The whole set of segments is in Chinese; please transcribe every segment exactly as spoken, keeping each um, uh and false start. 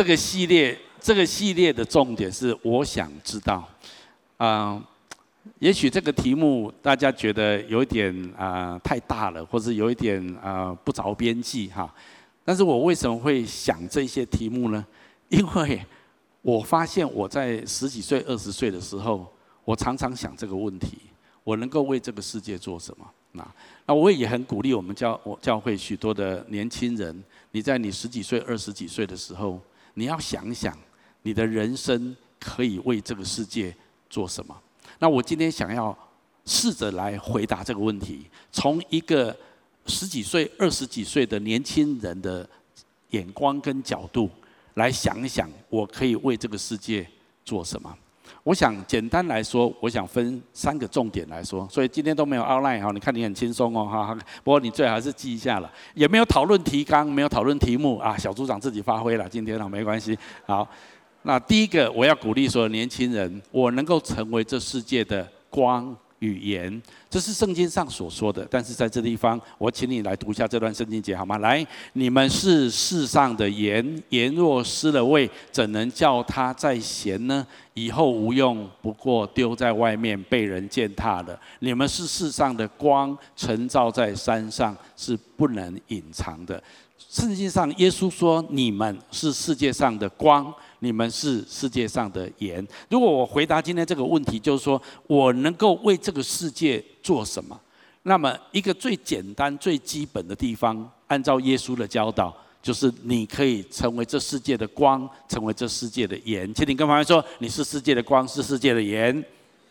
这个系列，这个系列的重点是我想知道，啊、呃，也许这个题目大家觉得有一点啊、呃、太大了，或者有一点啊、呃、不着边际哈。但是我为什么会想这些题目呢？因为我发现我在十几岁、二十岁的时候，我常常想这个问题：我能够为这个世界做什么？那那我也很鼓励我们教我教会许多的年轻人，你在你十几岁、二十几岁的时候，你要想想你的人生可以为这个世界做什么。那我今天想要试着来回答这个问题，从一个十几岁、二十几岁的年轻人的眼光跟角度来想一想，我可以为这个世界做什么。我想简单来说，我想分三个重点来说，所以今天都没有 outline 哈，你看你很轻松哦哈。不过你最好还是记一下了，也没有讨论提纲，没有讨论题目啊，小组长自己发挥了，今天啊没关系。好，那第一个我要鼓励所有年轻人，我能够成为这世界的光与盐，这是圣经上所说的。但是在这地方，我请你来读一下这段圣经节好吗？来，你们是世上的盐，盐若失了味，怎能叫它再咸呢？以后无用，不过丢在外面，被人践踏了。你们是世上的光，晨照在山上，是不能隐藏的。圣经上，耶稣说：“你们是世界上的光，你们是世界上的盐。”如果我回答今天这个问题，就是说我能够为这个世界做什么？那么，一个最简单、最基本的地方，按照耶稣的教导，就是你可以成为这世界的光，成为这世界的盐。请你跟旁边说：“你是世界的光，是世界的盐。”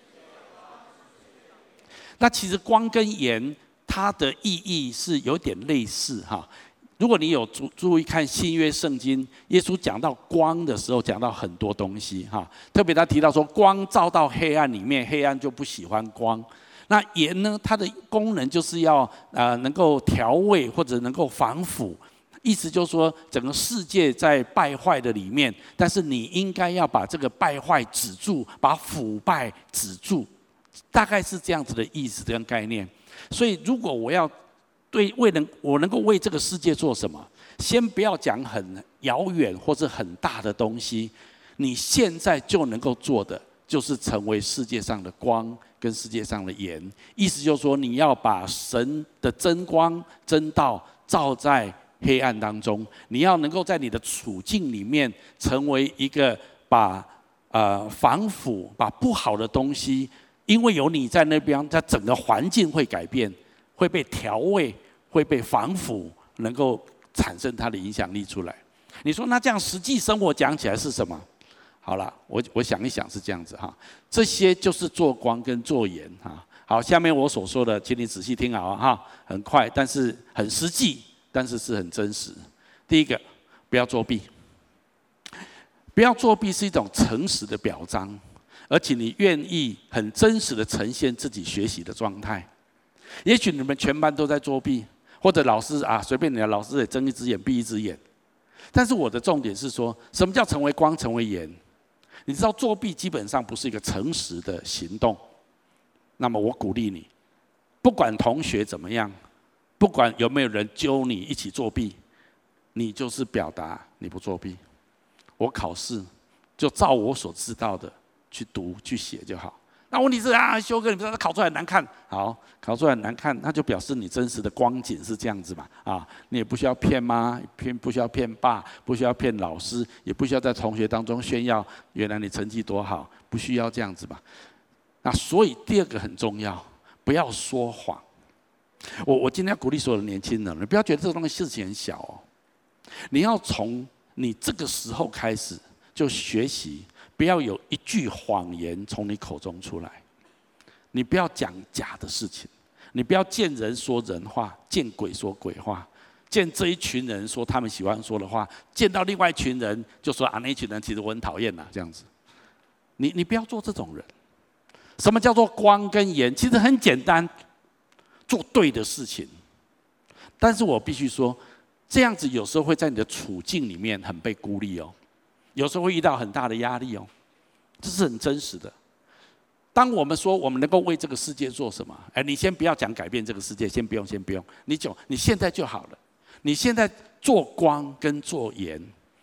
那其实光跟盐，它的意义是有点类似哈。如果你有注注意看新约圣经，耶稣讲到光的时候，讲到很多东西哈。特别他提到说，光照到黑暗里面，黑暗就不喜欢光。那盐呢，它的功能就是要呃能够调味或者能够防腐，意思就是说，整个世界在败坏的里面，但是你应该要把这个败坏止住，把腐败止住，大概是这样子的意思跟概念。所以，如果我要对为能我能够为这个世界做什么？先不要讲很遥远或者很大的东西，你现在就能够做的，就是成为世界上的光跟世界上的盐。意思就是说，你要把神的真光、真道照在黑暗当中，你要能够在你的处境里面，成为一个把呃防腐、把不好的东西，因为有你在那边，它整个环境会改变。会被调味，会被防腐，能够产生它的影响力出来。你说那这样实际生活讲起来是什么？好了，我我想一想是这样子哈，这些就是做光跟做盐哈。好，下面我所说的，请你仔细听好哈，很快，但是很实际，但是是很真实。第一个，不要作弊。不要作弊是一种诚实的表彰，而且你愿意很真实的呈现自己学习的状态。也许你们全班都在作弊，或者老师啊，随便你的老师也睁一只眼闭一只眼。但是我的重点是说，什么叫成为光、成为盐？你知道作弊基本上不是一个诚实的行动。那么我鼓励你，不管同学怎么样，不管有没有人揪你一起作弊，你就是表达你不作弊。我考试就照我所知道的去读去写就好。那问题是啊，修哥，你不知道考出来很难看，好，考出来很难看，那就表示你真实的光景是这样子嘛？啊，你也不需要骗妈，骗不需要骗爸，不需要骗老师，也不需要在同学当中炫耀原来你成绩多好，不需要这样子嘛？那所以第二个很重要，不要说谎。我我今天要鼓励所有的年轻人，你不要觉得这个东西事情很小哦，你要从你这个时候开始就学习。不要有一句谎言从你口中出来，你不要讲假的事情，你不要见人说人话，见鬼说鬼话，见这一群人说他们喜欢说的话，见到另外一群人就说啊那一群人其实我很讨厌呐，这样子，你你不要做这种人。什么叫做光跟盐？其实很简单，做对的事情。但是我必须说，这样子有时候会在你的处境里面很被孤立哦。有时候会遇到很大的压力哦，这是很真实的。当我们说我们能够为这个世界做什么，哎，你先不要讲改变这个世界，先不用，先不用，你就你现在就好了。你现在做光跟做盐，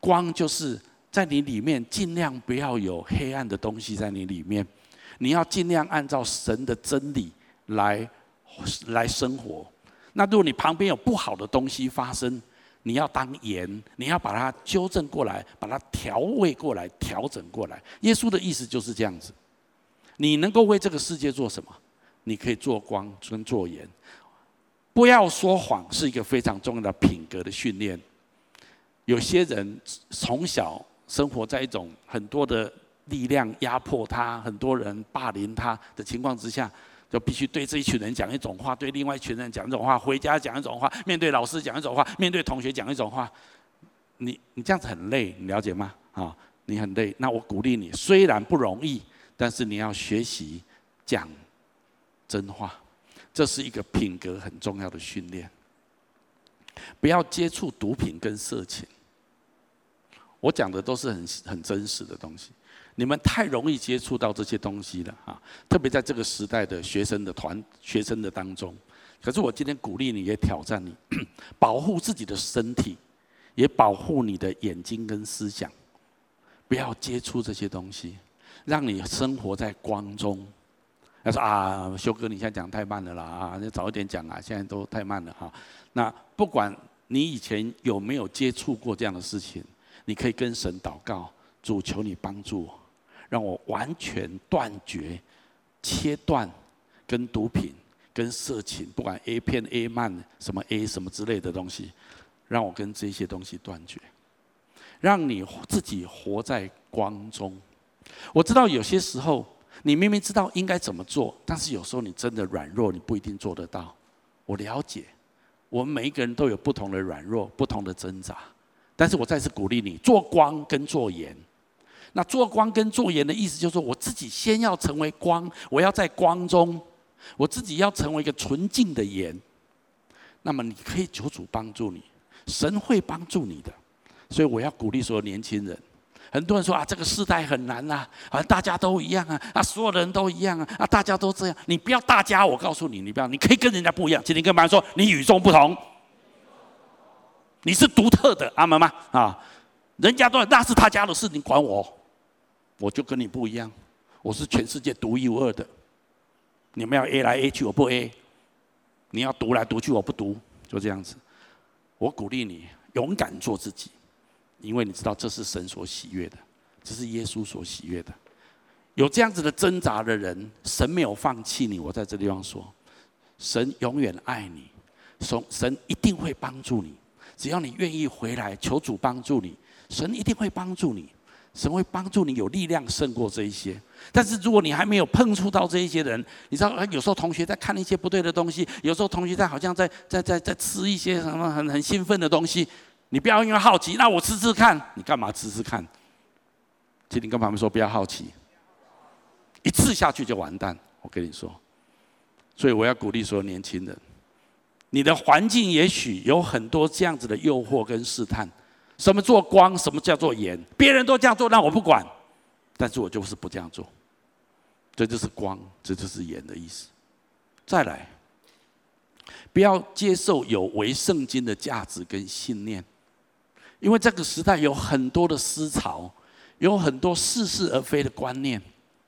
光就是在你里面尽量不要有黑暗的东西在你里面，你要尽量按照神的真理来来生活。那如果你旁边有不好的东西发生，你要当盐，你要把它纠正过来，把它调味过来，调整过来。耶稣的意思就是这样子。你能够为这个世界做什么？你可以做光跟做盐。不要说谎是一个非常重要的品格的训练。有些人从小生活在一种很多的力量压迫他，很多人霸凌他的情况之下，就必须对这一群人讲一种话，对另外一群人讲一种话，回家讲一种话，面对老师讲一种话，面对同学讲一种话。你你这样子很累，你了解吗？啊，你很累。那我鼓励你，虽然不容易，但是你要学习讲真话。这是一个品格很重要的训练。不要接触毒品跟色情。我讲的都是很很真实的东西，你们太容易接触到这些东西了啊！特别在这个时代的学生的团、学生的当中。可是我今天鼓励你，也挑战你，保护自己的身体，也保护你的眼睛跟思想，不要接触这些东西，让你生活在光中。他说啊，修哥，你现在讲太慢了啦，啊，你早一点讲啊，现在都太慢了哈。那不管你以前有没有接触过这样的事情，你可以跟神祷告，主求你帮助我，让我完全断绝、切断跟毒品、跟色情，不管 A 片、A 漫、什么 A 什么之类的东西，让我跟这些东西断绝，让你自己活在光中。我知道有些时候，你明明知道应该怎么做，但是有时候你真的软弱，你不一定做得到。我了解，我们每一个人都有不同的软弱，不同的挣扎。但是我再次鼓励你，做光跟做盐。那做光跟做盐的意思就是说，我自己先要成为光，我要在光中，我自己要成为一个纯净的盐。那么你可以求主帮助你，神会帮助你的。所以我要鼓励所有年轻人。很多人说啊，这个世代很难啊，啊，大家都一样啊，啊，所有的人都一样啊，啊，大家都这样。你不要大家，我告诉你，你不要，你可以跟人家不一样。今天跟别人说，你与众不同，你是独特的，阿门吗？啊，人家都那是他家的事，你管我？我就跟你不一样，我是全世界独一无二的。你们要 A 来 A 去，我不 A； 你要读来读去，我不读，就这样子。我鼓励你勇敢做自己。因为你知道这是神所喜悦的，这是耶稣所喜悦的。有这样子的挣扎的人，神没有放弃你。我在这地方说，神永远爱你，神一定会帮助你。只要你愿意回来，求主帮助你，神一定会帮助你。神会帮助你有力量胜过这一些。但是如果你还没有碰触到这一些人，你知道，有时候同学在看一些不对的东西，有时候同学在好像在在在在吃一些什么很很兴奋的东西。你不要因为好奇，那我吃吃看。你干嘛吃吃看？请你跟旁边说不要好奇，一次下去就完蛋。我跟你说，所以我要鼓励所有年轻人，你的环境也许有很多这样子的诱惑跟试探。什么做光，什么叫做盐？别人都这样做，那我不管，但是我就是不这样做。这就是光，这就是盐的意思。再来，不要接受有违圣经的价值跟信念。因为这个时代有很多的思潮，有很多似是而非的观念，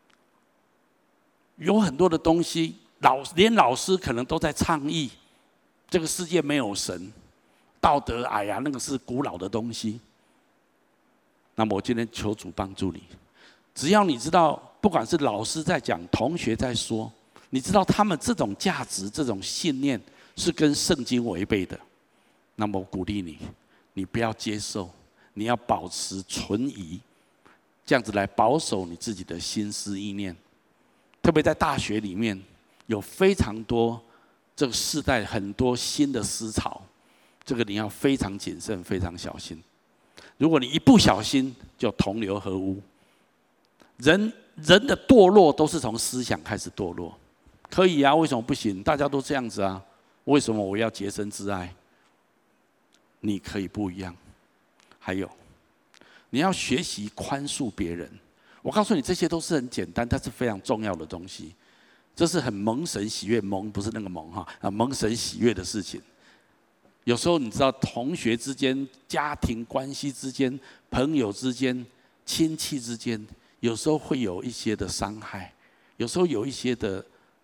有很多的东西，老连老师可能都在倡议，这个世界没有神，道德哎呀，那个是古老的东西。那么我今天求主帮助你，只要你知道，不管是老师在讲，同学在说，你知道他们这种价值、这种信念是跟圣经违背的，那么我鼓励你。你不要接受，你要保持存疑，这样子来保守你自己的心思意念。特别在大学里面，有非常多这个世代很多新的思潮，这个你要非常谨慎，非常小心。如果你一不小心，就同流合污。人人的堕落都是从思想开始堕落，可以啊？为什么不行？大家都这样子啊，为什么我要洁身自爱？你可以不一样。还有，你要学习宽恕别人。我告诉你，这些都是很简单，但是非常重要的东西。这是很蒙神喜悦，蒙不是那个蒙哈啊，蒙神喜悦的事情。 有时候你知道，同学之间、家庭关系之间、朋友之间、亲戚之间，有时候会有一些的伤害，有时候有一些的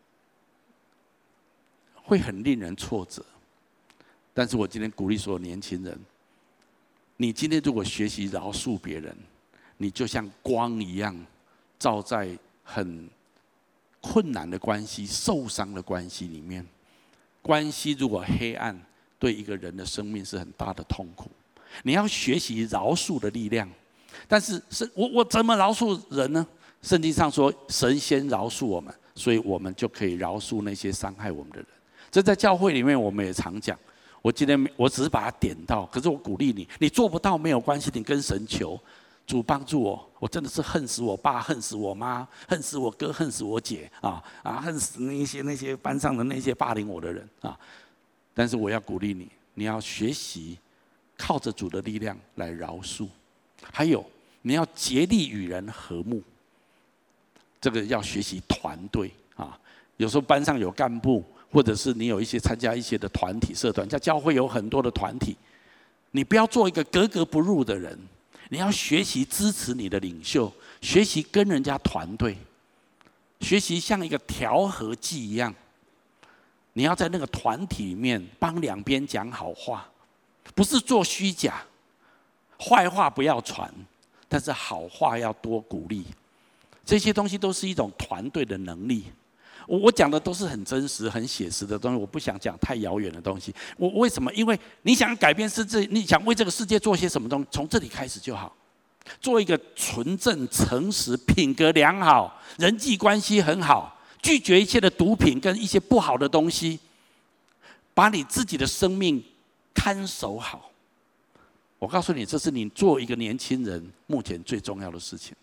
会很令人挫折。但是我今天鼓励所有年轻人，你今天如果学习饶恕别人，你就像光一样，照在很困难的关系、受伤的关系里面。关系如果黑暗，对一个人的生命是很大的痛苦。你要学习饶恕的力量，但是是我我怎么饶恕人呢？圣经上说，神先饶恕我们，所以我们就可以饶恕那些伤害我们的人。这在教会里面我们也常讲。我今天我只是把它点到，可是我鼓励你，你做不到没有关系，你跟神求，主帮助我。我真的是恨死我爸，恨死我妈，恨死我哥，恨死我姐啊啊，恨死那些那些班上的那些霸凌我的人啊！但是我要鼓励你，你要学习靠着主的力量来饶恕，还有你要竭力与人和睦。这个要学习团队啊，有时候班上有干部。或者是你有一些参加一些的团体社团，在教会有很多的团体，你不要做一个格格不入的人，你要学习支持你的领袖，学习跟人家团队，学习像一个调和剂一样，你要在那个团体里面帮两边讲好话，不是做虚假，坏话不要传，但是好话要多鼓励，这些东西都是一种团队的能力。我我讲的都是很真实、很写实的东西，我不想讲太遥远的东西。我为什么？因为你想改变世界，你想为这个世界做些什么东西，从这里开始就好。做一个纯正、诚实、品格良好、人际关系很好，拒绝一切的毒品跟一些不好的东西，把你自己的生命看守好。我告诉你，这是你做一个年轻人目前最重要的事情。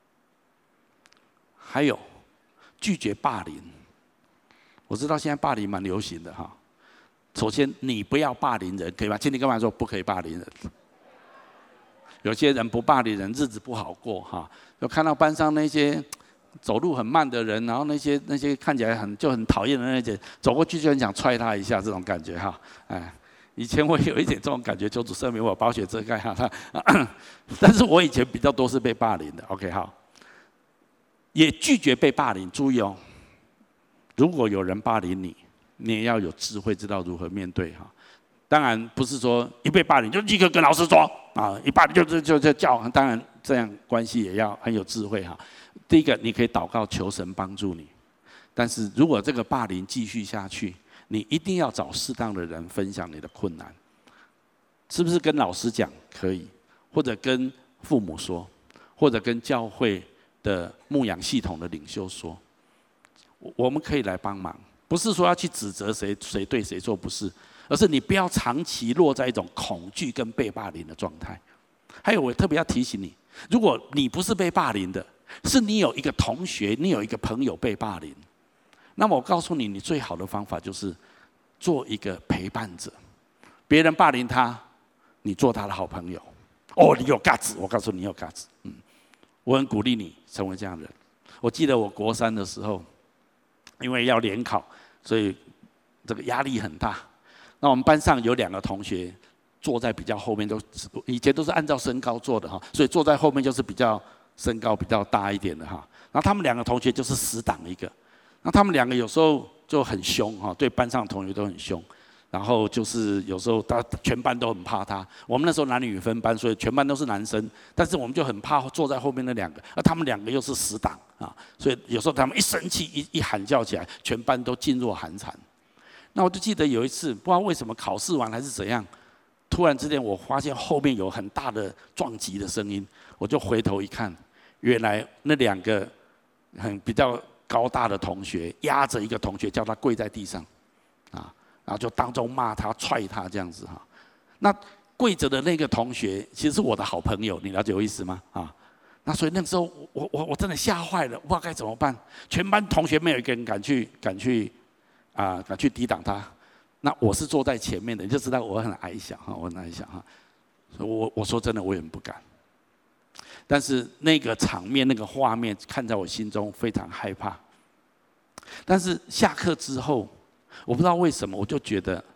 还有。拒绝霸凌，我知道现在霸凌蛮流行的哈。首先，你不要霸凌人，可以吗？请你跟我说，不可以霸凌人。有些人不霸凌人，日子不好过哈。就看到班上那些走路很慢的人，然后那些那些看起来很就很讨厌的那些，走过去就很想踹他一下，这种感觉哈。哎，以前我有一点这种感觉，求主赦免我，保险遮盖哈。但是我以前比较多是被霸凌的。OK， 好。也拒绝被霸凌，注意哦。如果有人霸凌你，你也要有智慧，知道如何面对哈。当然不是说一被霸凌就立刻跟老师说啊，一霸凌就就就就叫。当然这样关系也要很有智慧哈。第一个，你可以祷告求神帮助你，但是如果这个霸凌继续下去，你一定要找适当的人分享你的困难。是不是跟老师讲可以，或者跟父母说，或者跟教会的牧养系统的领袖说，我们可以来帮忙，不是说要去指责谁谁对谁错，不是，而是你不要长期落在一种恐惧跟被霸凌的状态。还有，我特别要提醒你，如果你不是被霸凌的，是你有一个同学，你有一个朋友被霸凌，那么我告诉你，你最好的方法就是做一个陪伴者。别人霸凌他，你做他的好朋友。哦，你有 guts， 我告诉你，你有 guts， 嗯。我很鼓励你成为这样的人。我记得我国三的时候，因为要联考，所以这个压力很大。那我们班上有两个同学坐在比较后面，都以前都是按照身高坐的哈，所以坐在后面就是比较身高比较大一点的哈。然后他们两个同学就是死党一个，那他们两个有时候就很凶哈，对班上的同学都很凶。然后就是有时候他全班都很怕他。我们那时候男女分班，所以全班都是男生，但是我们就很怕坐在后面那两个，而他们两个又是死党啊，所以有时候他们一生气一一喊叫起来，全班都噤若寒蝉。那我就记得有一次，不知道为什么考试完还是怎样，突然之间我发现后面有很大的撞击的声音，我就回头一看，原来那两个很比较高大的同学压着一个同学，叫他跪在地上，啊。然后就当众骂他、踹他这样子哈。那跪着的那个同学其实是我的好朋友，你了解我意思吗？啊，那所以那个时候我我我真的吓坏了，不知道该怎么办。全班同学没有一个人敢去敢去啊敢去抵挡他。那我是坐在前面的，你就知道我很矮小哈，我很矮小哈。所以我我说真的，我也很不敢。但是那个场面、那个画面看在我心中非常害怕。但是下课之后。我不知道为什么，我就觉得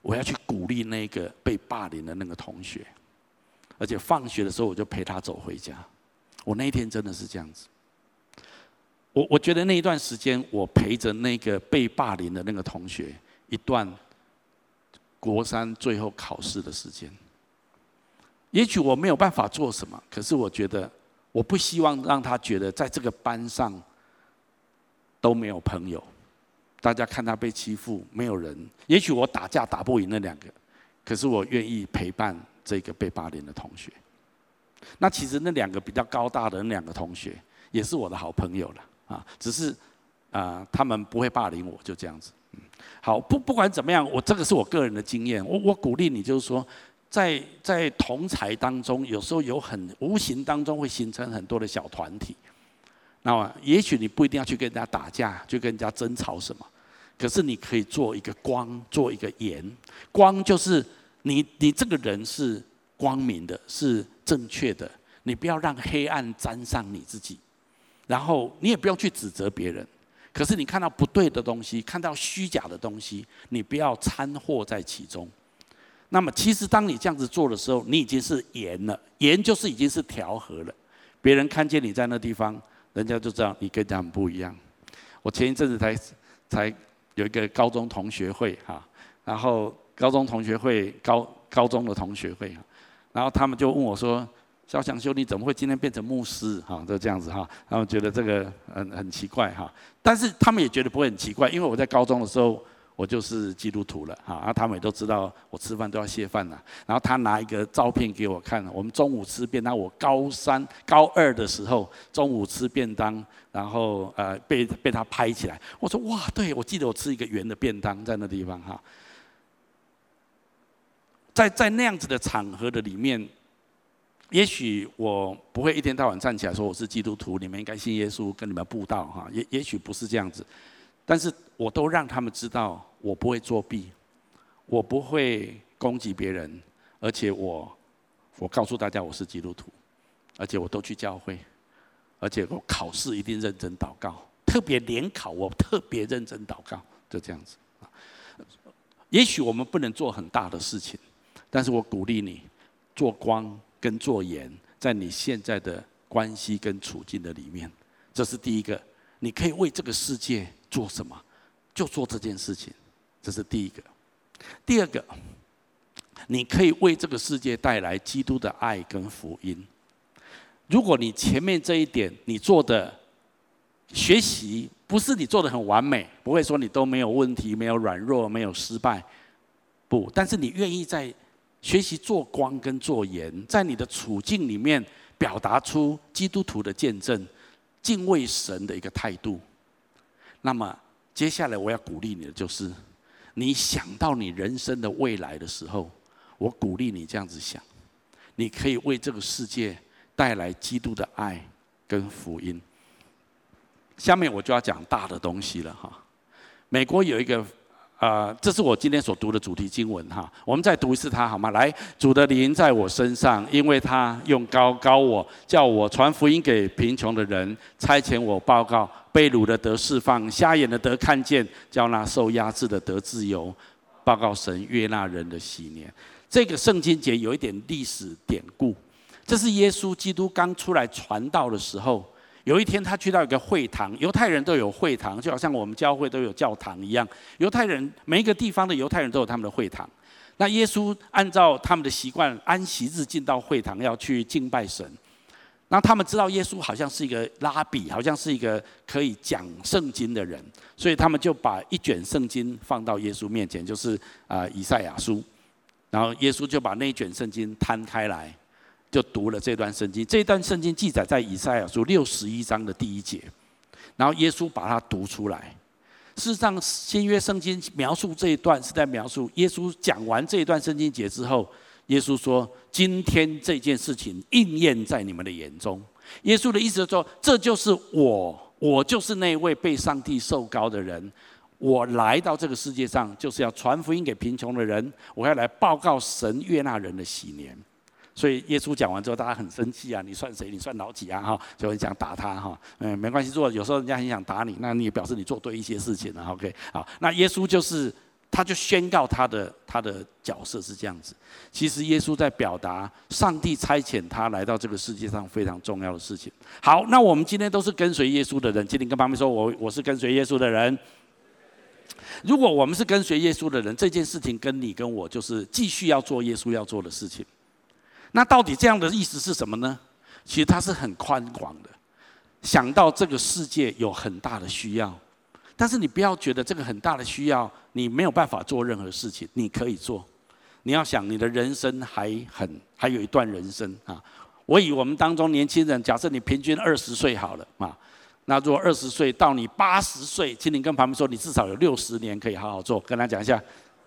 我要去鼓励那个被霸凌的那个同学，而且放学的时候我就陪他走回家。我那一天真的是这样子。我我觉得那一段时间，我陪着那个被霸凌的那个同学一段国三最后考试的时间。也许我没有办法做什么，可是我觉得我不希望让他觉得在这个班上都没有朋友，大家看他被欺负，没有人。也许我打架打不赢那两个，可是我愿意陪伴这个被霸凌的同学。那其实那两个比较高大的那两个同学，也是我的好朋友了啊，只是啊、呃，他们不会霸凌我，就这样子。嗯、好，不不管怎么样，我这个是我个人的经验，我我鼓励你，就是说。在在同侪当中，有时候有很无形当中会形成很多的小团体。那么，也许你不一定要去跟人家打架，去跟人家争吵什么，可是你可以做一个光，做一个盐。光就是你你这个人是光明的，是正确的，你不要让黑暗沾上你自己，然后你也不用去指责别人。可是你看到不对的东西，看到虚假的东西，你不要掺和在其中。那么，其实当你这样子做的时候，你已经是盐了。盐就是已经是调和了。别人看见你在那地方，人家就知道你跟他们不一样。我前一阵子才才有一个高中同学会哈，然后高中同学会高高中的同学会，然后他们就问我说：“小翔兄，你怎么会今天变成牧师？”哈，就这样子哈，他们觉得这个很很奇怪哈，但是他们也觉得不会很奇怪，因为我在高中的时候。我就是基督徒了哈，然后他们也都知道我吃饭都要谢饭了。然后他拿一个照片给我看，我们中午吃便当。我高三、高二的时候中午吃便当，然后呃被被他拍起来。我说哇，对，我记得我吃一个圆的便当在那地方哈。在在那样子的场合的里面，也许我不会一天到晚站起来说我是基督徒，你们应该信耶稣，跟你们布道哈。也也许不是这样子。但是我都让他们知道，我不会作弊，我不会攻击别人，而且我，我告诉大家我是基督徒，而且我都去教会，而且我考试一定认真祷告，特别联考我特别认真祷告，就这样子。也许我们不能做很大的事情，但是我鼓励你做光跟做盐，在你现在的关系跟处境的里面，这是第一个。你可以为这个世界做什么，就做这件事情，这是第一个。第二个，你可以为这个世界带来基督的爱跟福音。如果你前面这一点你做的学习不是你做的很完美，不会说你都没有问题、没有软弱、没有失败，不，但是你愿意在学习做光跟做盐，在你的处境里面表达出基督徒的见证。敬畏神的一个态度。那么接下来我要鼓励你的就是，你想到你人生的未来的时候，我鼓励你这样子想，你可以为这个世界带来基督的爱跟福音。下面我就要讲大的东西了哈。美国有一个。呃，这是我今天所读的主题经文哈，我们再读一次它好吗？来，主的灵在我身上，因为他用膏膏我，叫我传福音给贫穷的人，差遣我报告被掳的得释放，瞎眼的得看见，叫那受压制的得自由，报告神悦纳人的喜年。这个圣经节有一点历史典故，这是耶稣基督刚出来传道的时候。有一天，他去到一个会堂，犹太人都有会堂，就好像我们教会都有教堂一样。犹太人每一个地方的犹太人都有他们的会堂。那耶稣按照他们的习惯，安息日进到会堂要去敬拜神。那他们知道耶稣好像是一个拉比，好像是一个可以讲圣经的人，所以他们就把一卷圣经放到耶稣面前，就是啊以赛亚书。然后耶稣就把那一卷圣经摊开来。就读了这段圣经，这段圣经记载在以赛亚书六十一章的第一节，然后耶稣把它读出来。事实上，新约圣经描述这一段是在描述耶稣讲完这一段圣经节之后，耶稣说：“今天这件事情应验在你们的眼中。”耶稣的意思是说，这就是我，我就是那位被上帝受膏的人。我来到这个世界上，就是要传福音给贫穷的人，我要来报告神悦纳人的喜年。所以耶稣讲完之后，大家很生气啊！你算谁？你算老几啊？哈，就很想打他哈。嗯，没关系，如果有时候人家很想打你，那你也表示你做对一些事情了。OK， 好，那耶稣就是他就宣告他的他的角色是这样子。其实耶稣在表达上帝差遣他来到这个世界上非常重要的事情。好，那我们今天都是跟随耶稣的人，今天跟旁边说，我我是跟随耶稣的人。如果我们是跟随耶稣的人，这件事情跟你跟我就是继续要做耶稣要做的事情。那到底这样的意思是什么呢？其实它是很宽广的。想到这个世界有很大的需要，但是你不要觉得这个很大的需要你没有办法做任何事情，你可以做。你要想你的人生还很还有一段人生啊。我以我们当中年轻人，假设你平均二十岁好了啊，那如果二十岁到你八十岁，请你跟旁边说，你至少有六十年可以好好做，跟他讲一下。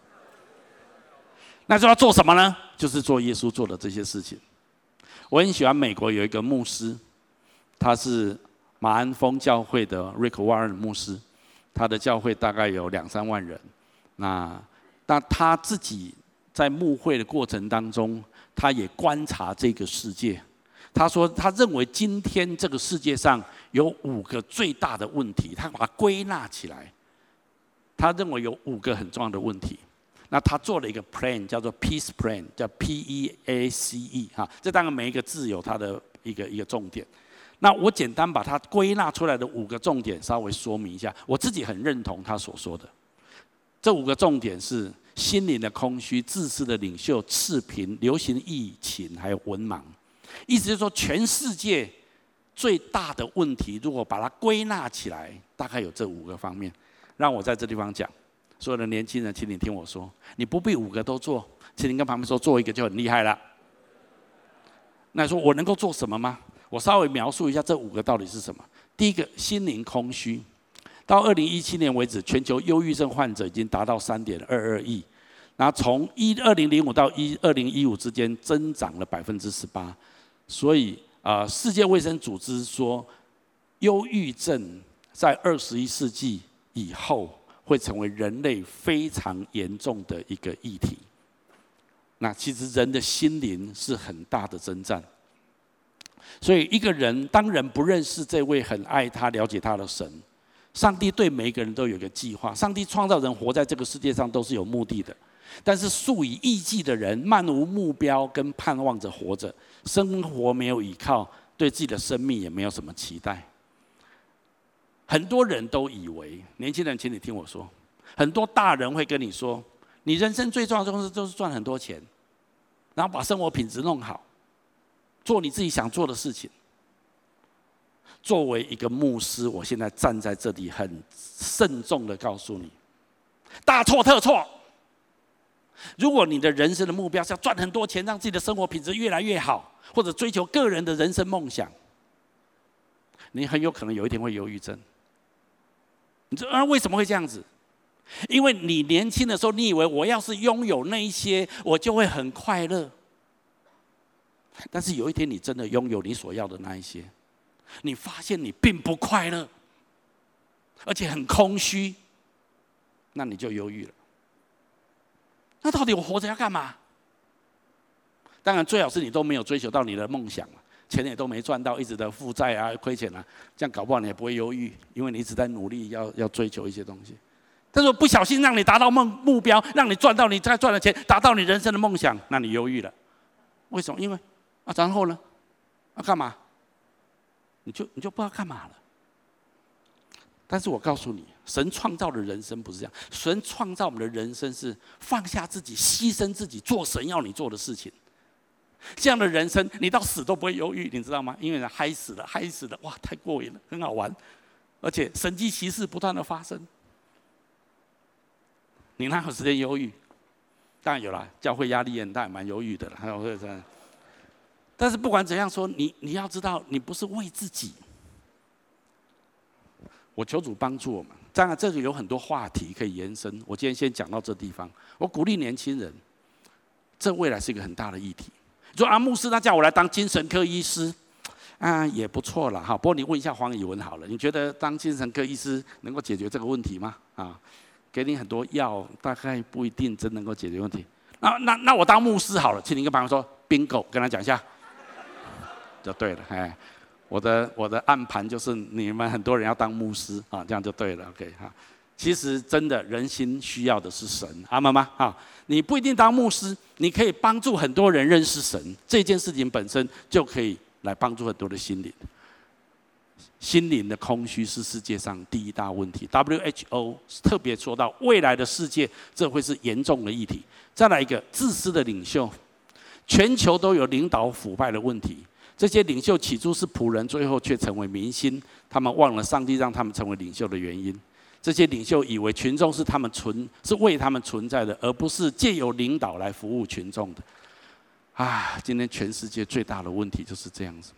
那就要做什么呢？就是做耶稣做的这些事情。我很喜欢美国有一个牧师，他是马鞍峰教会的 Rick Warren 牧师，他的教会大概有两三万人。那那他自己在牧会的过程当中，他也观察这个世界。他说，他认为今天这个世界上有五个最大的问题，他把它归纳起来。他认为有五个很重要的问题。那他做了一个 plan， 叫做 Peace Plan， 叫 P E A C E 哈。这当然每一个字有它的一个一个重点。那我简单把它归纳出来的五个重点稍微说明一下，我自己很认同他所说的。这五个重点是心灵的空虚、自私的领袖、赤贫、流行疫情，还有文盲。意思就是说，全世界最大的问题，如果把它归纳起来，大概有这五个方面。让我在这地方讲，所有的年轻人，请你听我说，你不必五个都做，请你跟旁边说，做一个就很厉害了。那你说我能够做什么吗？我稍微描述一下这五个到底是什么。第一个，心灵空虚。到二零一七年为止，全球忧郁症患者已经达到三点二二亿，然后从二零零五到二零一五之间增长了百分之十八。所以，呃，世界卫生组织说，忧郁症在二十一世纪以后会成为人类非常严重的一个议题。那其实人的心灵是很大的征战。所以一个人当人不认识这位很爱他、了解他的神，上帝对每一个人都有一个计划。上帝创造人活在这个世界上都是有目的的，但是素以异迹的人，漫无目标跟盼望着活着，生活没有依靠，对自己的生命也没有什么期待。很多人都以为，年轻人，请你听我说，很多大人会跟你说，你人生最重要的东西就是赚很多钱，然后把生活品质弄好，做你自己想做的事情。作为一个牧师，我现在站在这里，很慎重的告诉你，大错特错。如果你的人生的目标是要赚很多钱，让自己的生活品质越来越好，或者追求个人的人生梦想，你很有可能有一天会忧郁症。你说啊，为什么会这样子？因为你年轻的时候，你以为我要是拥有那一些，我就会很快乐。但是有一天，你真的拥有你所要的那一些，你发现你并不快乐，而且很空虚，那你就忧郁了。那到底我活着要干嘛？当然，最好是你都没有追求到你的梦想，钱也都没赚到，一直的负债啊、亏钱啊，这样搞不好你也不会忧郁，因为你一直在努力要要追求一些东西。但是不小心让你达到梦目标，让你赚到你该赚的钱，达到你人生的梦想，那你忧郁了。为什么？因为啊，然后呢？要干嘛？你就你就不知道干嘛了。但是我告诉你，神创造的人生不是这样。神创造我们的人生是放下自己、牺牲自己，做神要你做的事情。这样的人生，你到死都不会忧郁，你知道吗？因为嗨死了，嗨死了，哇，太过瘾了，很好玩，而且神迹奇事不断的发生。你哪有时间忧郁？当然有啦，教会压力很大，也蛮忧郁的啦。但是不管怎样说，你你要知道，你不是为自己。我求主帮助我们。当然，这个有很多话题可以延伸。我今天先讲到这地方。我鼓励年轻人，这未来是一个很大的议题。说啊，牧师他叫我来当精神科医师，啊也不错啦哈。不过你问一下黄以文好了，你觉得当精神科医师能够解决这个问题吗？啊，给你很多药，大概不一定真能够解决问题。那那那我当牧师好了，请你跟朋友说 bingo， 跟他讲一下，就对了。哎，我的我的暗盘就是你们很多人要当牧师啊，这样就对了。OK 哈。 其实真的人心需要的是神，阿们吗？啊，你不一定当牧师，你可以帮助很多人认识神，这件事情本身就可以来帮助很多的心灵。心灵的空虚是世界上第一大问题 ，W H O 特别说到未来的世界，这会是严重的议题。再来一个自私的领袖，全球都有领导腐败的问题。这些领袖起初是仆人，最后却成为明星，他们忘了上帝让他们成为领袖的原因。这些领袖以为群众是他们存是为他们存在的，而不是借由领导来服务群众的。啊，今天全世界最大的问题就是这样子。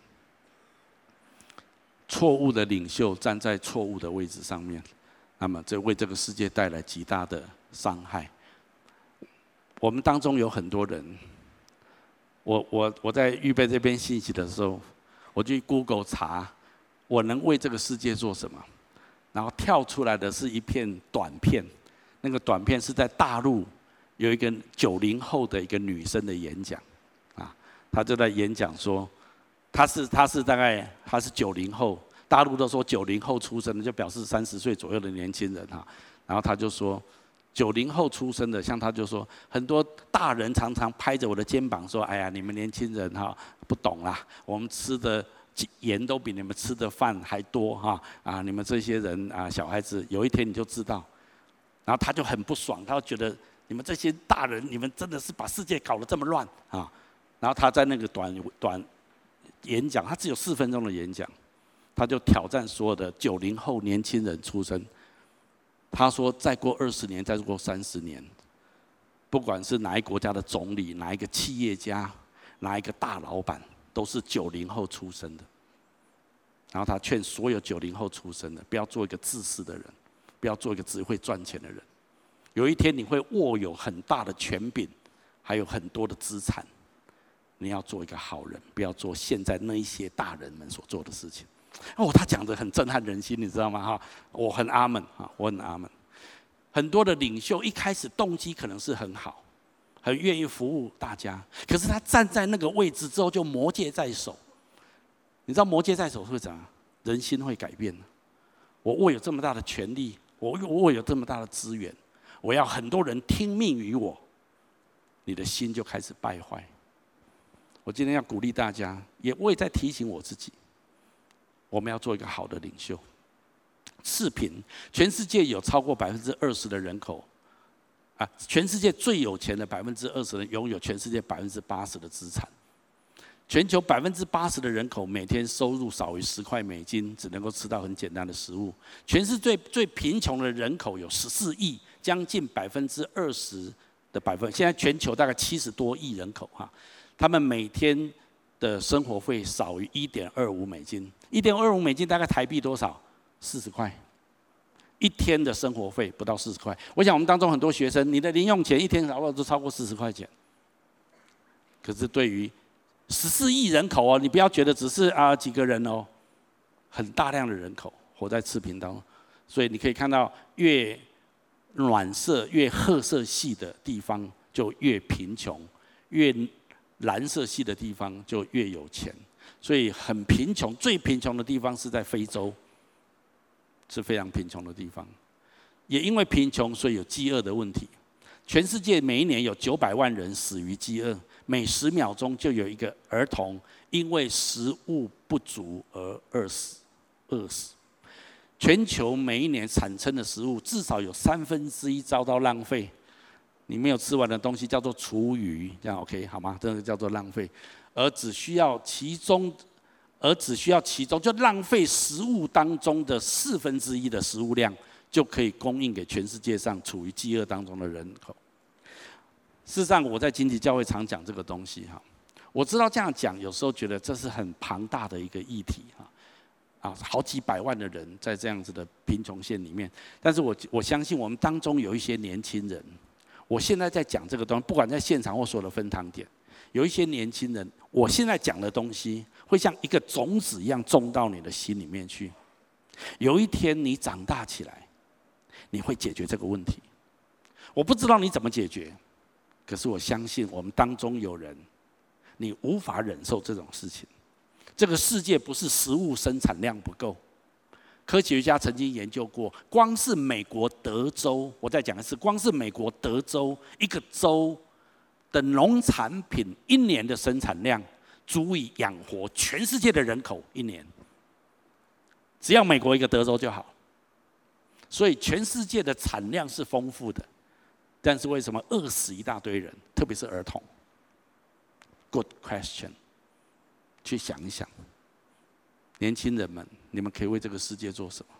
错误的领袖站在错误的位置上面，那么这为这个世界带来极大的伤害。我们当中有很多人，我我我在预备这篇信息的时候，我去 Google 查，我能为这个世界做什么？然后跳出来的是一片短片，那个短片是在大陆有一个九零后的一个女生的演讲，啊，她就在演讲说，她是她是大概她是九零后，大陆都说九零后出生的就表示三十岁左右的年轻人哈，然后她就说，九零后出生的，像她就说，很多大人常常拍着我的肩膀说，哎呀，你们年轻人哈不懂啦，我们吃的盐都比你们吃的饭还多哈啊！你们这些人啊，小孩子有一天你就知道。然后他就很不爽，他就觉得你们这些大人，你们真的是把世界搞得这么乱啊！然后他在那个短短演讲，他只有四分钟的演讲，他就挑战所有的九零后年轻人出生。他说，再过二十年，再过三十年，不管是哪一国家的总理，哪一个企业家，哪一个大老板，都是九零后出生的。然后他劝所有九零后出生的，不要做一个自私的人，不要做一个只会赚钱的人。有一天你会握有很大的权柄，还有很多的资产。你要做一个好人，不要做现在那一些大人们所做的事情。哦，他讲得很震撼人心，你知道吗？哈，我很阿门哈，我很阿门。很多的领袖一开始动机可能是很好，很愿意服务大家，可是他站在那个位置之后，就魔戒在手。你知道魔戒在手会怎样？人心会改变。我握有这么大的权力，我握有这么大的资源，我要很多人听命于我，你的心就开始败坏。我今天要鼓励大家，也我也在提醒我自己，我们要做一个好的领袖。赤贫，全世界有超过百分之二十的人口，啊，全世界最有钱的百分之二十人拥有全世界百分之八十的资产。全球百分之八十的人口每天收入少于十块美金，只能够吃到很简单的食物。全世界最贫穷的人口有十四亿，将近百分之二十的百分。现在全球大概七十多亿人口哈，他们每天的生活费少于一点二五美金，一点二五美金大概台币多少？四十块。一天的生活费不到四十块。我想我们当中很多学生，你的零用钱一天少了都超过四十块钱。可是对于十四亿人口哦，你不要觉得只是啊几个人哦，很大量的人口活在赤贫当中，所以你可以看到，越暖色、越褐色系的地方就越贫穷，越蓝色系的地方就越有钱。所以很贫穷，最贫穷的地方是在非洲，是非常贫穷的地方。也因为贫穷，所以有饥饿的问题。全世界每一年有九百万人死于饥饿。每十秒钟就有一个儿童因为食物不足而饿死，饿死。全球每一年产生的食物至少有三分之一遭到浪费。你没有吃完的东西叫做厨余，这样 OK 好吗？这个叫做浪费，而只需要其中，而只需要其中就浪费食物当中的四分之一的食物量，就可以供应给全世界上处于饥饿当中的人口。事实上，我在经济教会常讲这个东西哈。我知道这样讲，有时候觉得这是很庞大的一个议题哈，啊，好几百万的人在这样子的贫穷线里面。但是我我相信我们当中有一些年轻人，我现在在讲这个东西，不管在现场或所有的分堂点，有一些年轻人，我现在讲的东西会像一个种子一样种到你的心里面去。有一天你长大起来，你会解决这个问题。我不知道你怎么解决。可是我相信我们当中有人，你无法忍受这种事情。这个世界不是食物生产量不够， 科学家曾经研究过，光是美国德州，我再讲一次，光是美国德州一个州的农产品一年的生产量，足以养活全世界的人口一年。只要美国一个德州就好。所以全世界的产量是丰富的，但是为什么饿死一大堆人，特别是儿童 ？Good question， 去想一想，年轻人们，你们可以为这个世界做什么？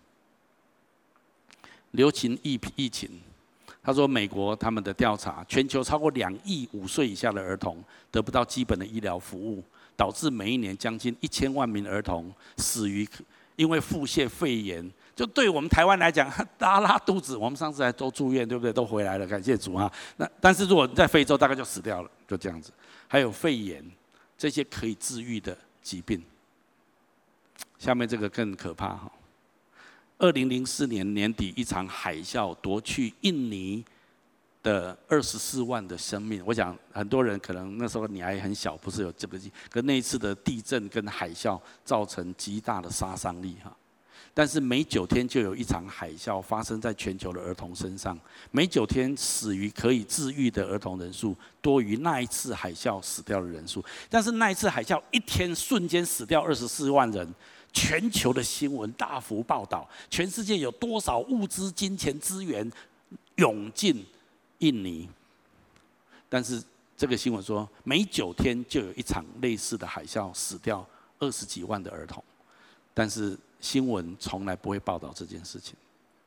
流行疫疫情，他说美国他们的调查，全球超过两亿五岁以下的儿童得不到基本的医疗服务，导致每一年将近一千万名儿童死于因为腹泻、肺炎。就对我们台湾来讲，大家拉肚子，我们上次还都住院，对不对？都回来了，感谢主啊。那但是如果在非洲，大概就死掉了，就这样子。还有肺炎，这些可以治愈的疾病。下面这个更可怕哈。二零零四年年底，一场海啸夺去印尼的二十四万的生命。我想很多人可能那时候你还很小，不是有这个记，可那一次的地震跟海啸造成极大的杀伤力哈。但是每九天就有一场海啸发生在全球的儿童身上，每九天死于可以治愈的儿童人数多于那一次海啸死掉的人数。但是那一次海啸一天瞬间死掉二十四万人，全球的新闻大幅报道，全世界有多少物资、金钱资源涌进印尼。但是这个新闻说，每九天就有一场类似的海啸，死掉二十几万的儿童，但是新闻从来不会报道这件事情。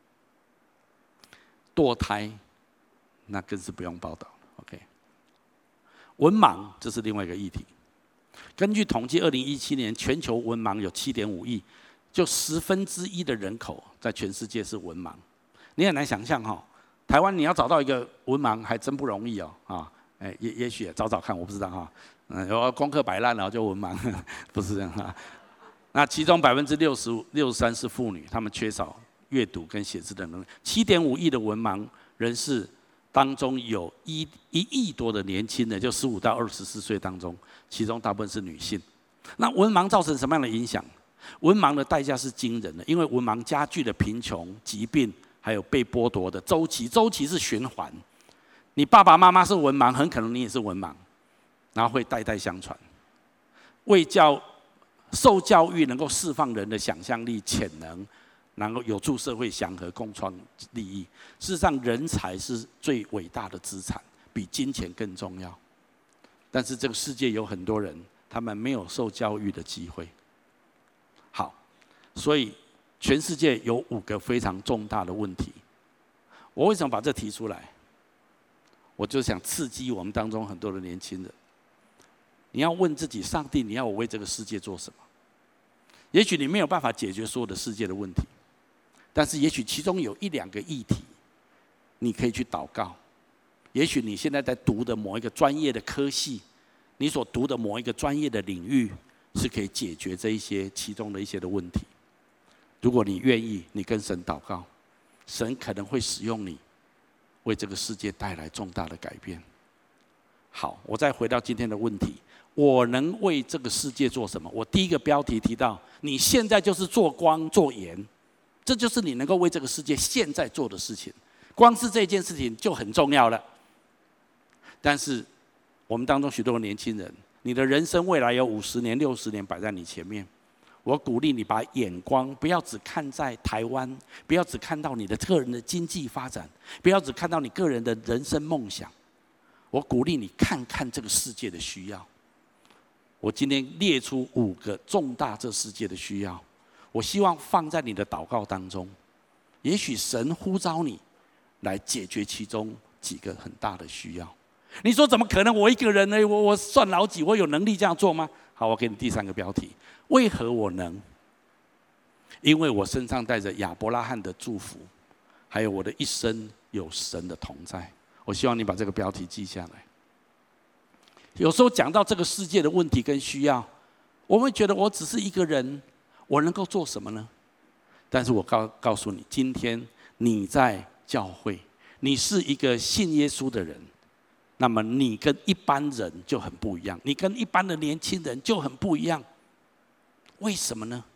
堕胎，那更是不用报道了。OK， 文盲这是另外一个议题。根据统计，二零一七年全球文盲有七点五亿，就十分之一的人口在全世界是文盲。你很难想象哈，台湾你要找到一个文盲还真不容易哦啊，哎也也许找找看，我不知道哈。嗯，有功课摆烂了就文盲，不是这样哈。那其中百分之六十五、六十三是妇女，她们缺少阅读跟写字的能力。七点五亿的文盲人士当中，有一一亿多的年轻人，就十五到二十四岁当中，其中大部分是女性。那文盲造成什么样的影响？文盲的代价是惊人的，因为文盲加剧了贫穷、疾病，还有被剥夺的周期。周期是循环，你爸爸妈妈是文盲，很可能你也是文盲，然后会代代相传。卫教。受教育能够释放人的想象力、潜能，能够有助社会祥和、共创利益。事实上，人才是最伟大的资产，比金钱更重要。但是这个世界有很多人，他们没有受教育的机会。好，所以全世界有五个非常重大的问题。我为什么把这提出来？我就想刺激我们当中很多的年轻人。你要问自己，上帝，你要我为这个世界做什么？也许你没有办法解决所有的世界的问题，但是也许其中有一两个议题，你可以去祷告。也许你现在在读的某一个专业的科系，你所读的某一个专业的领域，是可以解决这一些其中的一些的问题。如果你愿意，你跟神祷告，神可能会使用你，为这个世界带来重大的改变。好，我再回到今天的问题。我能为这个世界做什么？我第一个标题提到，你现在就是做光做盐，这就是你能够为这个世界现在做的事情。光是这件事情就很重要了。但是我们当中许多的年轻人，你的人生未来有五十年、六十年摆在你前面。我鼓励你把眼光不要只看在台湾，不要只看到你的个人的经济发展，不要只看到你个人的人生梦想。我鼓励你看看这个世界的需要。我今天列出五个重大这世界的需要，我希望放在你的祷告当中。也许神呼召你来解决其中几个很大的需要。你说怎么可能？我一个人呢？我我算老几？我有能力这样做吗？好，我给你第三个标题：为何我能？因为我身上带着亚伯拉罕的祝福，还有我的一生有神的同在。我希望你把这个标题记下来。有时候讲到这个世界的问题跟需要，我们会觉得我只是一个人，我能够做什么呢？但是我告告诉你，今天你在教会，你是一个信耶稣的人，那么你跟一般人就很不一样，你跟一般的年轻人就很不一样。为什么呢？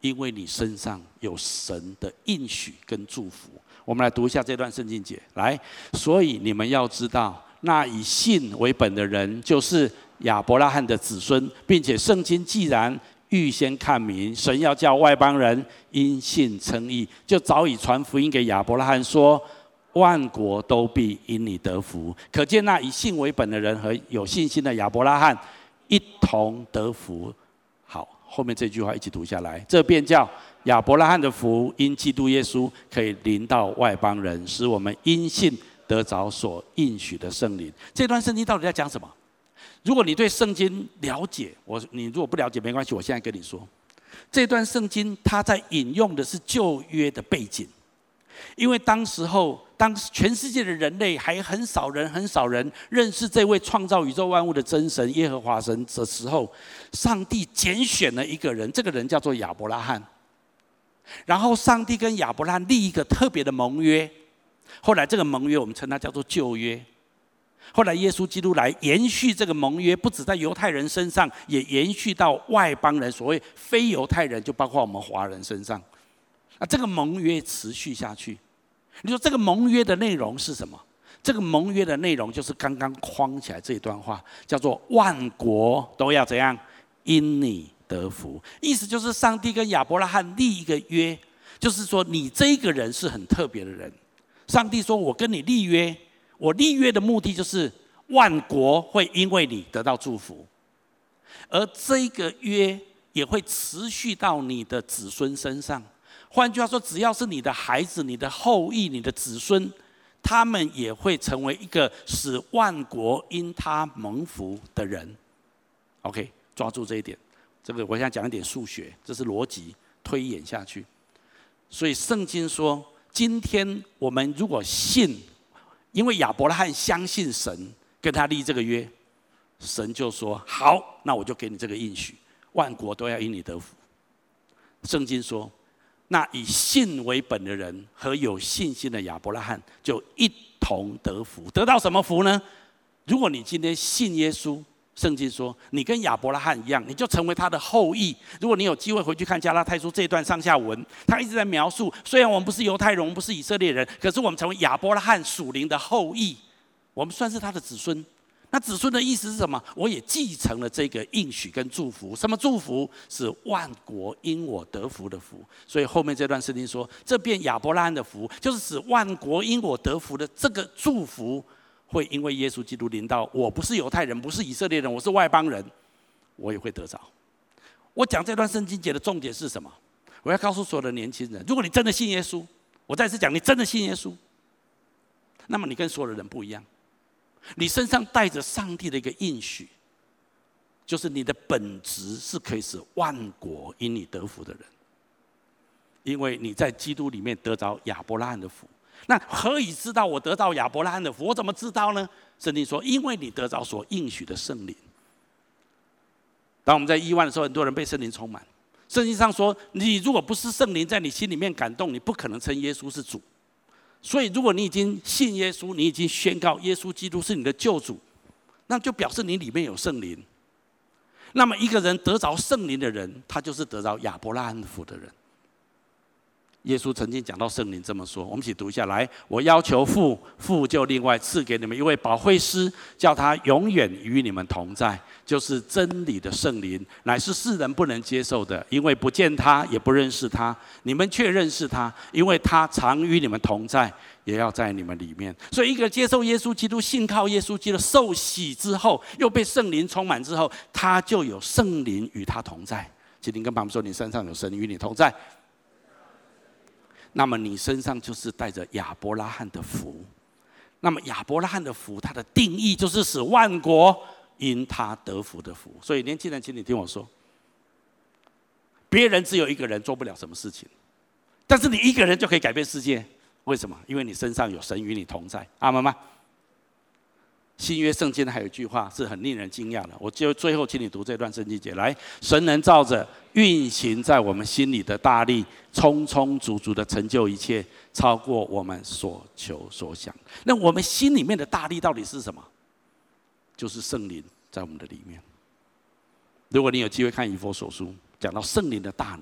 因为你身上有神的应许跟祝福。我们来读一下这段圣经节，来，所以你们要知道，那以信为本的人，就是亚伯拉罕的子孙，并且圣经既然预先看明，神要叫外邦人因信称义，就早已传福音给亚伯拉罕说，万国都必因你得福。可见那以信为本的人和有信心的亚伯拉罕一同得福。好，后面这句话一起读下来，这便叫亚伯拉罕的福因基督耶稣可以临到外邦人，使我们因信得着所应许的圣灵。这段圣经到底在讲什么？如果你对圣经了解，我你如果不了解没关系，我现在跟你说，这段圣经它在引用的是旧约的背景。因为当时候，当全世界的人类还很少人、很少人认识这位创造宇宙万物的真神耶和华神的时候，上帝拣选了一个人，这个人叫做亚伯拉罕。然后上帝跟亚伯拉罕立一个特别的盟约，后来这个盟约我们称它叫做旧约。后来耶稣基督来延续这个盟约，不止在犹太人身上，也延续到外邦人，所谓非犹太人，就包括我们华人身上。啊，这个盟约持续下去。你说这个盟约的内容是什么？这个盟约的内容就是刚刚框起来这一段话，叫做万国都要怎样因你得福。意思就是上帝跟亚伯拉罕立一个约，就是说你这一个人是很特别的人。上帝说我跟你立约，我立约的目的就是万国会因为你得到祝福，而这个约也会持续到你的子孙身上。换句话说，只要是你的孩子、你的后裔、你的子孙，他们也会成为一个使万国因他蒙福的人。OK， 抓住这一点。这个我想讲一点数学，这是逻辑推演下去。所以圣经说，今天我们如果信，因为亚伯拉罕相信神，跟他立这个约，神就说好，那我就给你这个应许，万国都要因你得福。圣经说，那以信为本的人和有信心的亚伯拉罕就一同得福。得到什么福呢？如果你今天信耶稣，圣经说你跟亚伯拉罕一样，你就成为他的后裔。如果你有机会回去看加拉太书这一段上下文，他一直在描述，虽然我们不是犹太人，我们不是以色列人，可是我们成为亚伯拉罕属灵的后裔，我们算是他的子孙。那子孙的意思是什么？我也继承了这个应许跟祝福。什么祝福？是万国因我得福的福。所以后面这段圣经说，这便亚伯拉罕的福，就是使万国因我得福的这个祝福，会因为耶稣基督临到我。不是犹太人，不是以色列人，我是外邦人，我也会得着。我讲这段圣经节的重点是什么？我要告诉所有的年轻人，如果你真的信耶稣，我再次讲，你真的信耶稣，那么你跟所有的人不一样。你身上带着上帝的一个应许，就是你的本质是可以使万国因你得福的人，因为你在基督里面得着亚伯拉罕的福。那何以知道我得到亚伯拉罕的福？我怎么知道呢？圣经说，因为你得着所应许的圣灵。当我们在亿万的时候，很多人被圣灵充满。圣经上说，你如果不是圣灵在你心里面感动，你不可能称耶稣是主。所以，如果你已经信耶稣，你已经宣告耶稣基督是你的救主，那就表示你里面有圣灵。那么，一个人得着圣灵的人，他就是得着亚伯拉罕福的人。耶稣曾经讲到圣灵这么说，我们一起读一下来。我要求父，父就另外赐给你们一位保惠师，叫他永远与你们同在，就是真理的圣灵，乃是世人不能接受的，因为不见他，也不认识他。你们却认识他，因为他常与你们同在，也要在你们里面。所以，一个接受耶稣基督、信靠耶稣基督、受洗之后，又被圣灵充满之后，他就有圣灵与他同在。请您跟旁边说，你身上有神与你同在。那么你身上就是带着亚伯拉罕的福。那么亚伯拉罕的福，它的定义就是使万国因他得福的福。所以年轻人，请你听我说，别人只有一个人做不了什么事情，但是你一个人就可以改变世界。为什么？因为你身上有神与你同在。阿们吗？新约圣经还有一句话是很令人惊讶的，我就最后请你读这段圣经节来：神能照着运行在我们心里的大力，充充足足的成就一切，超过我们所求所想。那我们心里面的大力到底是什么？就是圣灵在我们的里面。如果你有机会看以弗所书，讲到圣灵的大能，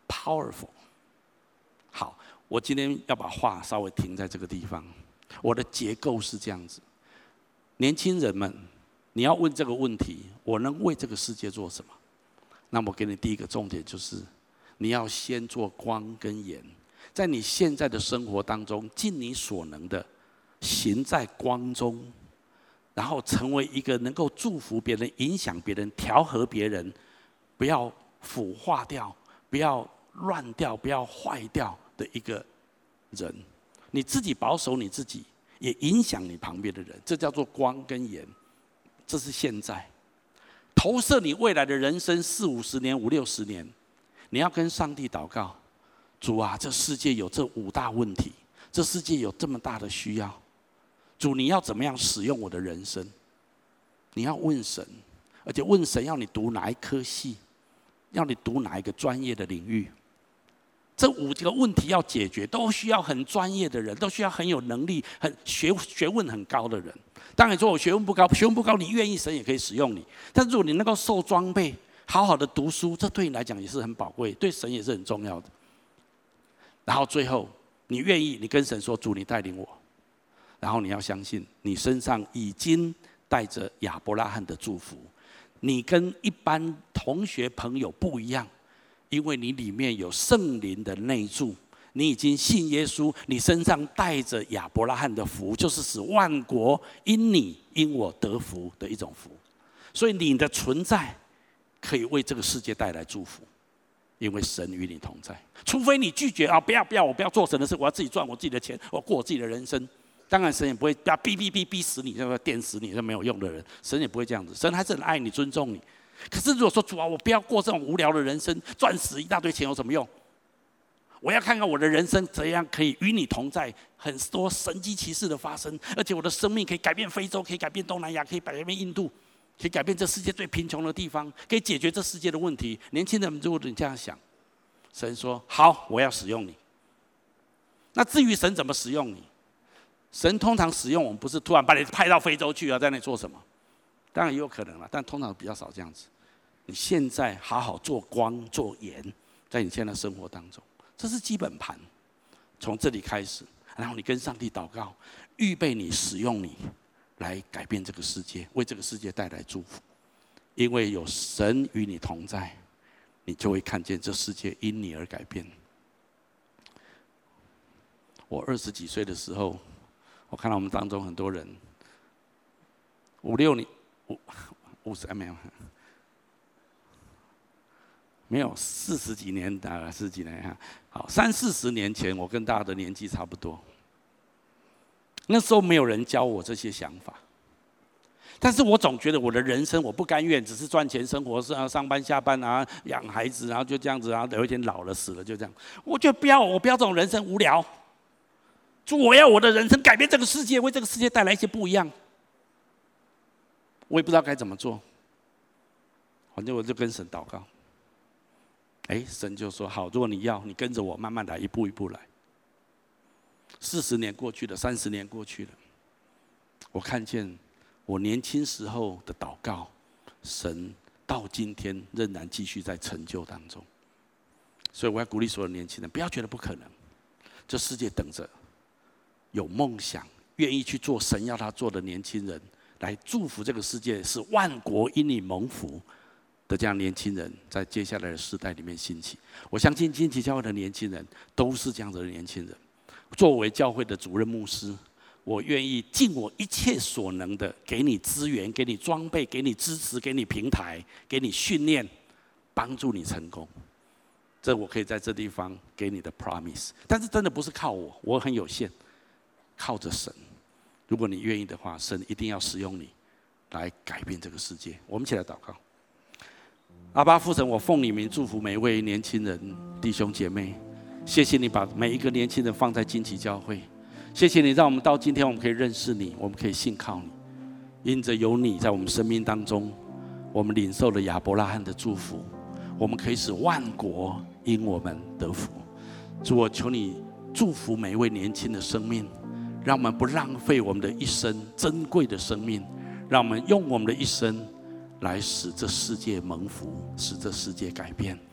powerful。好，我今天要把话稍微停在这个地方。我的结构是这样子：年轻人们，你要问这个问题，我能为这个世界做什么？那么我给你第一个重点就是，你要先做光跟盐，在你现在的生活当中，尽你所能的行在光中，然后成为一个能够祝福别人、影响别人、调和别人，不要腐化掉，不要乱掉，不要坏掉的一个人。你自己保守你自己，也影响你旁边的人，这叫做光跟盐。这是现在投射你未来的人生四五十年、五六十年，你要跟上帝祷告：主啊，这世界有这五大问题，这世界有这么大的需要，主，你要怎么样使用我的人生？你要问神，而且问神要你读哪一科系，要你读哪一个专业的领域。这五个问题要解决，都需要很专业的人，都需要很有能力、很学学问很高的人。当然，说我学问不高，学问不高，你愿意，神也可以使用你。但如果你能够受装备，好好的读书，这对你来讲也是很宝贵，对神也是很重要的。然后最后，你愿意，你跟神说：“主，你带领我。”然后你要相信，你身上已经带着亚伯拉罕的祝福。你跟一般同学朋友不一样。因为你里面有圣灵的内住，你已经信耶稣，你身上带着亚伯拉罕的福，就是使万国因你因我得福的一种福。所以你的存在可以为这个世界带来祝福，因为神与你同在。除非你拒绝啊，不要不要，我不要做神的事，我要自己赚我自己的钱，我过我自己的人生。当然，神也不会要逼逼逼逼死你，要电死你，是没有用的人。神也不会这样子，神还是很爱你、尊重你。可是如果说主啊，我不要过这种无聊的人生，赚死一大堆钱有什么用？我要看看我的人生怎样可以与你同在，很多神迹奇事的发生，而且我的生命可以改变非洲，可以改变东南亚，可以改变印度，可以改变这世界最贫穷的地方，可以解决这世界的问题。年轻人，如果你这样想，神说好，我要使用你。那至于神怎么使用你，神通常使用我们不是突然把你派到非洲去啊，在那里做什么？当然也有可能了，但通常比较少这样子。你现在好好做光做盐，在你现在的生活当中，这是基本盘。从这里开始，然后你跟上帝祷告，预备你使用你来改变这个世界，为这个世界带来祝福。因为有神与你同在，你就会看见这世界因你而改变。我二十几岁的时候，我看到我们当中很多人，五六年。五十没有，没有四十几年，大概四十几年哈。好，三四十年前，我跟大家的年纪差不多。那时候没有人教我这些想法，但是我总觉得我的人生我不甘愿，只是赚钱生活，上上班下班啊，养孩子，然后就这样子，然后有一天老了死了就这样。我觉得不要，我不要这种人生无聊。就我要我的人生改变这个世界，为这个世界带来一些不一样。我也不知道该怎么做，反正我就跟神祷告。哎，神就说好，如果你要，你跟着我慢慢来，一步一步来。四十年过去了，三十年过去了，我看见我年轻时候的祷告，神到今天仍然继续在成就当中。所以我要鼓励所有年轻人，不要觉得不可能，这世界等着有梦想、愿意去做神要他做的年轻人。来祝福这个世界，是万国因你蒙福的这样年轻人，在接下来的世代里面兴起。我相信金旗教会的年轻人都是这样子的年轻人。作为教会的主任牧师，我愿意尽我一切所能的，给你资源，给你装备，给你支持，给你平台，给你训练，帮助你成功。这我可以在这地方给你的 promise。但是真的不是靠我，我很有限，靠着神。如果你愿意的话，神一定要使用你来改变这个世界。我们一起来祷告。阿爸父神，我奉你名祝福每一位年轻人弟兄姐妹，谢谢你把每一个年轻人放在金旗教会，谢谢你让我们到今天我们可以认识你，我们可以信靠你。因着有你在我们生命当中，我们领受了亚伯拉罕的祝福，我们可以使万国因我们得福。主，我求你祝福每一位年轻的生命，让我们不浪费我们的一生珍贵的生命，让我们用我们的一生来使这世界蒙福，使这世界改变。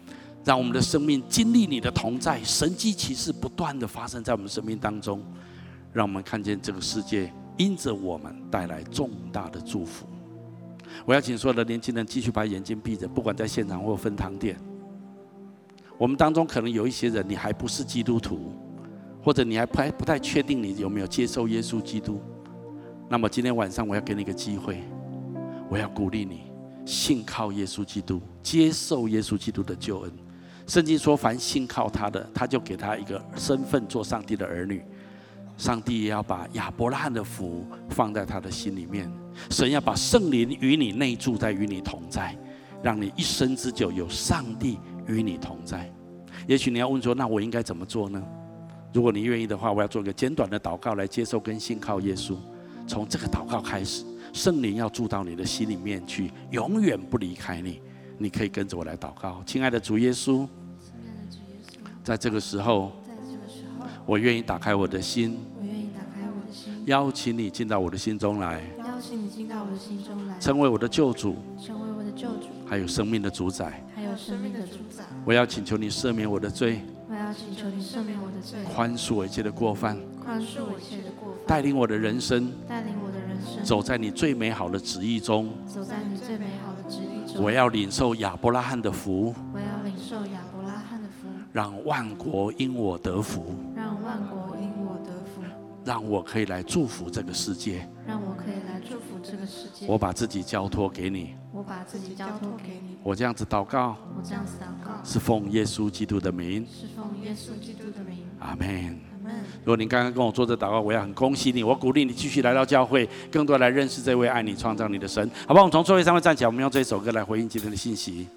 让我们的生命经历你的同在，神迹奇事不断的发生在我们生命当中，让我们看见这个世界因着我们带来重大的祝福。我要请所有的年轻人继续把眼睛闭着，不管在现场或分堂点。我们当中可能有一些人，你还不是基督徒，或者你还不太不太确定你有没有接受耶稣基督。那么今天晚上我要给你一个机会，我要鼓励你信靠耶稣基督，接受耶稣基督的救恩。圣经说，凡信靠他的，他就给他一个身份，做上帝的儿女。上帝也要把亚伯拉罕的福放在他的心里面。神要把圣灵与你内住，在与你同在，让你一生之久有上帝与你同在。也许你要问说，那我应该怎么做呢？如果你愿意的话，我要做一个简短的祷告来接受跟信靠耶稣。从这个祷告开始，圣灵要住到你的心里面去，永远不离开你。你可以跟着我来祷告。亲爱的主耶稣，在这个时候，我愿意打开我的心，邀请你进到我的心中来， 邀请你进到我的心中来， 成为我的救主， 成为我的救主， 还有生命的主宰， 还有生命的主宰。 我要请求你赦免我的罪， 我要请求你赦免我的罪， 宽恕我一切的过犯， 宽恕我一切的过犯， 带领我的人生， 带领我的人生， 走在你最美好的旨意中， 走在你最美好的旨意中。 我要领受亚伯拉罕的福， 我要领受亚伯拉罕的福， 让万国因我得福， 让万国因我得福， 让我可以来祝福这个世界， 让我可以来祝福这个世界。 我把自己交托给你， 我把自己交托给你。 我这样子祷告， 我这样子祷告， 是奉耶稣基督的名， 是奉耶稣基督的名。 阿门。 阿门。 如果您刚刚跟我做这祷告，我要很恭喜你，我鼓励你继续来到教会，更多来认识这位爱你、创造你的神，好不好？我们从座位上面站起来，我们用这首歌来回应今天的信息。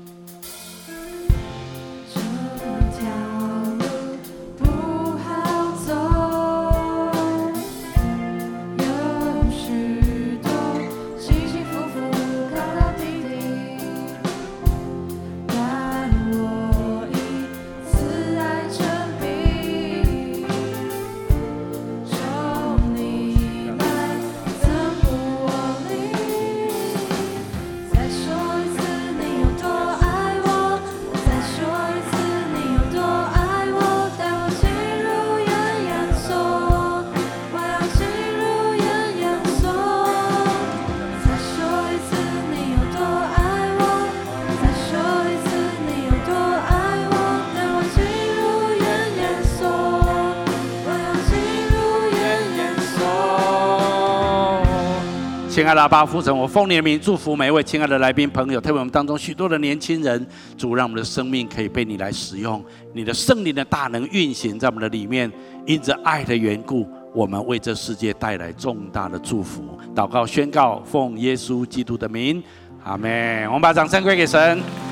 亲爱的阿爸父神，我奉你的名祝福每一位亲爱的来宾朋友，特别我们当中许多的年轻人，主让我们的生命可以被你来使用，你的圣灵的大能运行在我们的里面，因着爱的缘故，我们为这世界带来重大的祝福。祷告宣告，奉耶稣基督的名，阿们。我们把掌声归给神。